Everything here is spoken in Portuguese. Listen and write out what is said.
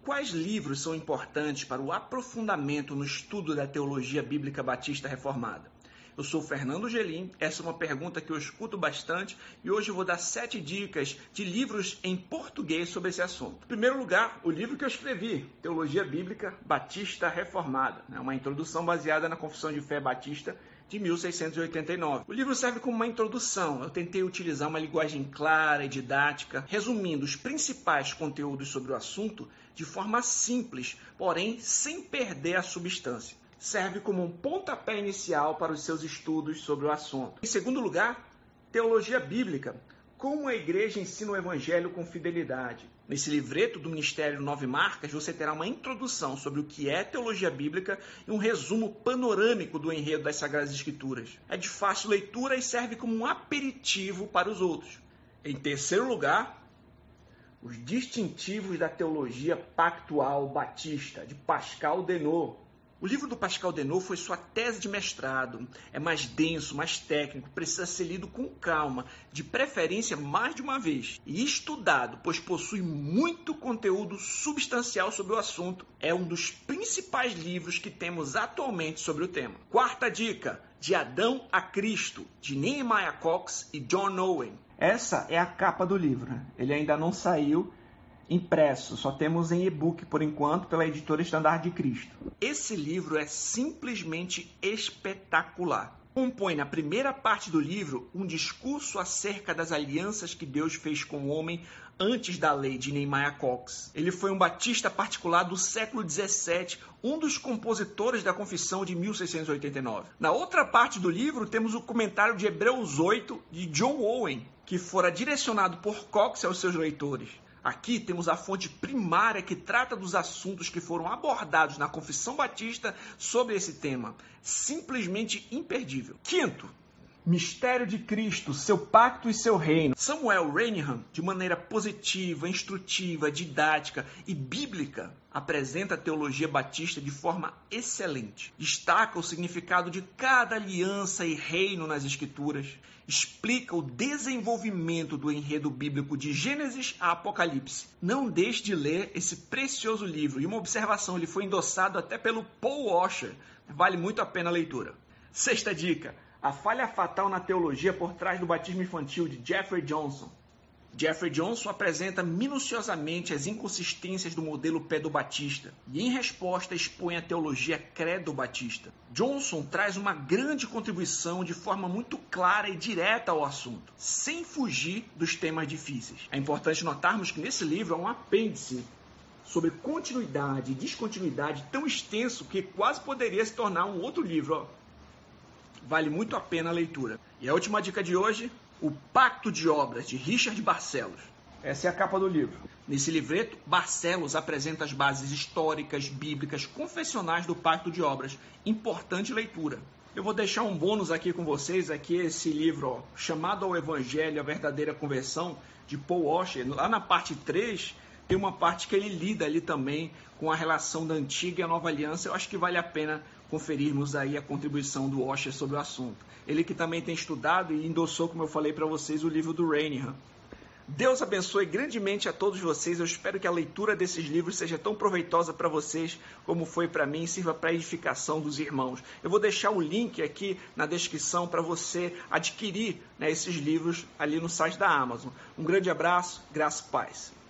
Quais livros são importantes para o aprofundamento no estudo da teologia bíblica batista reformada? Eu sou Fernando Gelim, essa é uma pergunta que eu escuto bastante e hoje eu vou dar 7 dicas de livros em português sobre esse assunto. Em primeiro lugar, o livro que eu escrevi, Teologia Bíblica Batista Reformada, uma introdução baseada na Confissão de Fé Batista de 1689. O livro serve como uma introdução. Eu tentei utilizar uma linguagem clara e didática, resumindo os principais conteúdos sobre o assunto de forma simples, porém sem perder a substância. Serve como um pontapé inicial para os seus estudos sobre o assunto. Em segundo lugar, Teologia Bíblica. Como a igreja ensina o evangelho com fidelidade. Nesse livreto do Ministério 9 Marcas, você terá uma introdução sobre o que é teologia bíblica e um resumo panorâmico do enredo das Sagradas Escrituras. É de fácil leitura e serve como um aperitivo para os outros. Em terceiro lugar, os distintivos da teologia pactual batista, de Pascal Denot. O livro do Pascal Denot foi sua tese de mestrado. É mais denso, mais técnico, precisa ser lido com calma, de preferência mais de uma vez. E estudado, pois possui muito conteúdo substancial sobre o assunto. É um dos principais livros que temos atualmente sobre o tema. Quarta dica, De Adão a Cristo, de Nehemiah Cox e John Owen. Essa é a capa do livro. Ele ainda não saiu impresso, só temos em e-book por enquanto pela editora Estandarte de Cristo. Esse livro é simplesmente espetacular. Compõe na primeira parte do livro um discurso acerca das alianças que Deus fez com o homem antes da lei de Nehemiah Cox. Ele foi um batista particular do século XVII, um dos compositores da Confissão de 1689. Na outra parte do livro temos o comentário de Hebreus 8 de John Owen, que fora direcionado por Cox aos seus leitores. Aqui temos a fonte primária que trata dos assuntos que foram abordados na Confissão Batista sobre esse tema. Simplesmente imperdível. Quinto, Mistério de Cristo, seu pacto e seu reino. Samuel Renihan, de maneira positiva, instrutiva, didática e bíblica, apresenta a teologia batista de forma excelente. Destaca o significado de cada aliança e reino nas Escrituras. Explica o desenvolvimento do enredo bíblico de Gênesis a Apocalipse. Não deixe de ler esse precioso livro. E uma observação, ele foi endossado até pelo Paul Washer. Vale muito a pena a leitura. Sexta dica. A falha fatal na teologia por trás do batismo infantil, de Jeffrey Johnson. Jeffrey Johnson apresenta minuciosamente as inconsistências do modelo pedobatista e, em resposta, expõe a teologia credo-batista. Johnson traz uma grande contribuição de forma muito clara e direta ao assunto, sem fugir dos temas difíceis. É importante notarmos que nesse livro há um apêndice sobre continuidade e descontinuidade tão extenso que quase poderia se tornar um outro livro. Vale muito a pena a leitura. E a última dica de hoje, O Pacto de Obras, de Richard Barcellos. Essa é a capa do livro. Nesse livreto, Barcellos apresenta as bases históricas, bíblicas, confessionais do Pacto de Obras. Importante leitura. Eu vou deixar um bônus aqui com vocês, aqui esse livro, Chamado ao Evangelho, a Verdadeira Conversão, de Paul Washer. Lá na parte 3, tem uma parte que ele lida ali também com a relação da Antiga e a Nova Aliança. Eu acho que vale a pena conferirmos aí a contribuição do Washer sobre o assunto. Ele que também tem estudado e endossou, como eu falei para vocês, o livro do Renihan. Deus abençoe grandemente a todos vocês. Eu espero que a leitura desses livros seja tão proveitosa para vocês como foi para mim e sirva para a edificação dos irmãos. Eu vou deixar o link aqui na descrição para você adquirir esses livros ali no site da Amazon. Um grande abraço, graça e paz.